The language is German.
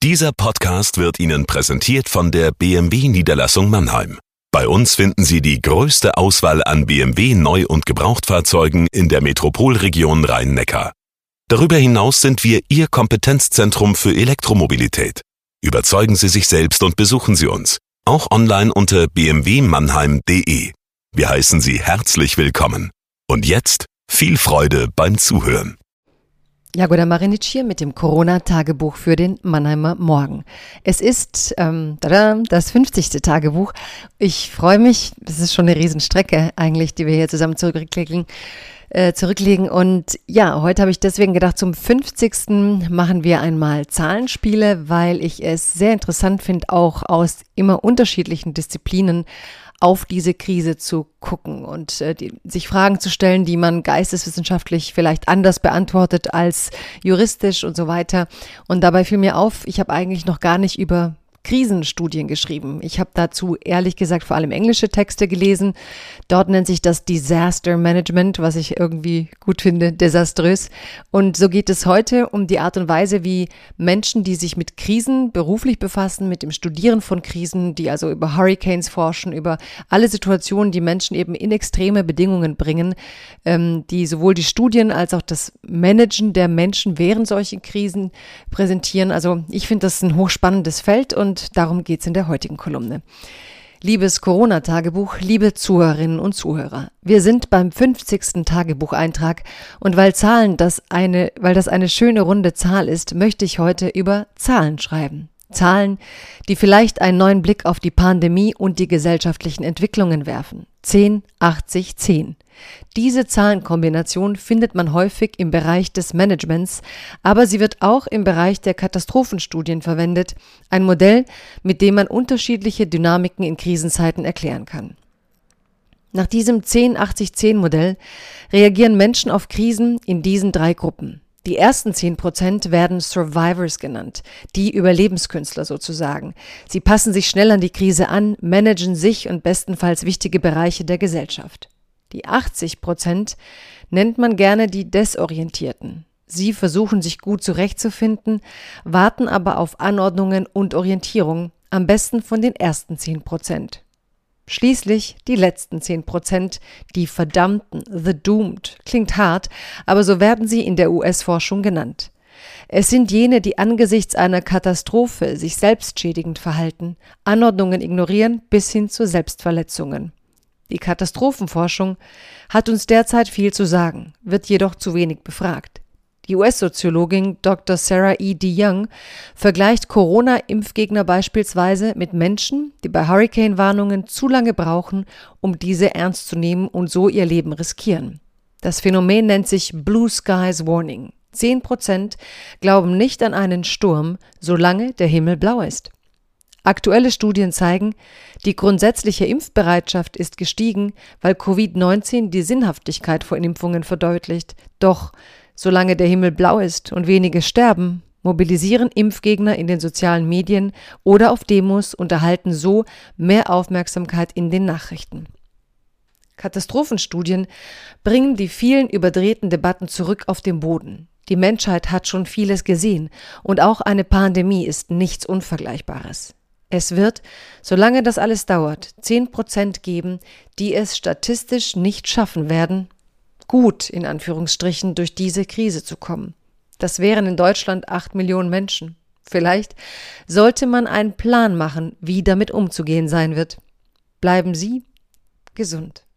Dieser Podcast wird Ihnen präsentiert von der BMW-Niederlassung Mannheim. Bei uns finden Sie die größte Auswahl an BMW Neu- und Gebrauchtfahrzeugen in der Metropolregion Rhein-Neckar. Darüber hinaus sind wir Ihr Kompetenzzentrum für Elektromobilität. Überzeugen Sie sich selbst und besuchen Sie uns. Auch online unter bmwmannheim.de. Wir heißen Sie herzlich willkommen. Und jetzt viel Freude beim Zuhören. Jagoda Marinic hier mit dem Corona-Tagebuch für den Mannheimer Morgen. Es ist das 50. Tagebuch. Ich freue mich, das ist schon eine Riesenstrecke eigentlich, die wir hier zusammen zurücklegen. Und ja, heute habe ich deswegen gedacht, zum 50. machen wir einmal Zahlenspiele, weil ich es sehr interessant finde, auch aus immer unterschiedlichen Disziplinen auf diese Krise zu gucken und sich Fragen zu stellen, die man geisteswissenschaftlich vielleicht anders beantwortet als juristisch und so weiter. Und dabei fiel mir auf, ich habe eigentlich noch gar nicht über Krisenstudien geschrieben. Ich habe dazu ehrlich gesagt vor allem englische Texte gelesen. Dort nennt sich das Disaster Management, was ich irgendwie gut finde, desaströs. Und so geht es heute um die Art und Weise, wie Menschen, die sich mit Krisen beruflich befassen, mit dem Studieren von Krisen, die also über Hurricanes forschen, über alle Situationen, die Menschen eben in extreme Bedingungen bringen, die sowohl die Studien als auch das Managen der Menschen während solchen Krisen präsentieren. Also ich finde das ein hochspannendes Feld und darum geht es in der heutigen Kolumne. Liebes Corona-Tagebuch, liebe Zuhörerinnen und Zuhörer, wir sind beim 50. Tagebucheintrag und weil das eine schöne runde Zahl ist, möchte ich heute über Zahlen schreiben. Zahlen, die vielleicht einen neuen Blick auf die Pandemie und die gesellschaftlichen Entwicklungen werfen. 10, 80, 10. Diese Zahlenkombination findet man häufig im Bereich des Managements, aber sie wird auch im Bereich der Katastrophenstudien verwendet, ein Modell, mit dem man unterschiedliche Dynamiken in Krisenzeiten erklären kann. Nach diesem 10-80-10-Modell reagieren Menschen auf Krisen in diesen 3 Gruppen. Die ersten 10% werden Survivors genannt, die Überlebenskünstler sozusagen. Sie passen sich schnell an die Krise an, managen sich und bestenfalls wichtige Bereiche der Gesellschaft. Die 80% nennt man gerne die Desorientierten. Sie versuchen sich gut zurechtzufinden, warten aber auf Anordnungen und Orientierung, am besten von den ersten 10%. Schließlich die letzten 10%, die Verdammten, the doomed, klingt hart, aber so werden sie in der US-Forschung genannt. Es sind jene, die angesichts einer Katastrophe sich selbstschädigend verhalten, Anordnungen ignorieren bis hin zu Selbstverletzungen. Die Katastrophenforschung hat uns derzeit viel zu sagen, wird jedoch zu wenig befragt. Die US-Soziologin Dr. Sarah E. DeYoung vergleicht Corona-Impfgegner beispielsweise mit Menschen, die bei Hurricane-Warnungen zu lange brauchen, um diese ernst zu nehmen und so ihr Leben riskieren. Das Phänomen nennt sich Blue Skies Warning. 10% glauben nicht an einen Sturm, solange der Himmel blau ist. Aktuelle Studien zeigen, die grundsätzliche Impfbereitschaft ist gestiegen, weil Covid-19 die Sinnhaftigkeit von Impfungen verdeutlicht. Doch solange der Himmel blau ist und wenige sterben, mobilisieren Impfgegner in den sozialen Medien oder auf Demos und erhalten so mehr Aufmerksamkeit in den Nachrichten. Katastrophenstudien bringen die vielen überdrehten Debatten zurück auf den Boden. Die Menschheit hat schon vieles gesehen und auch eine Pandemie ist nichts Unvergleichbares. Es wird, solange das alles dauert, 10% geben, die es statistisch nicht schaffen werden, gut in Anführungsstrichen durch diese Krise zu kommen. Das wären in Deutschland 8 Millionen Menschen. Vielleicht sollte man einen Plan machen, wie damit umzugehen sein wird. Bleiben Sie gesund.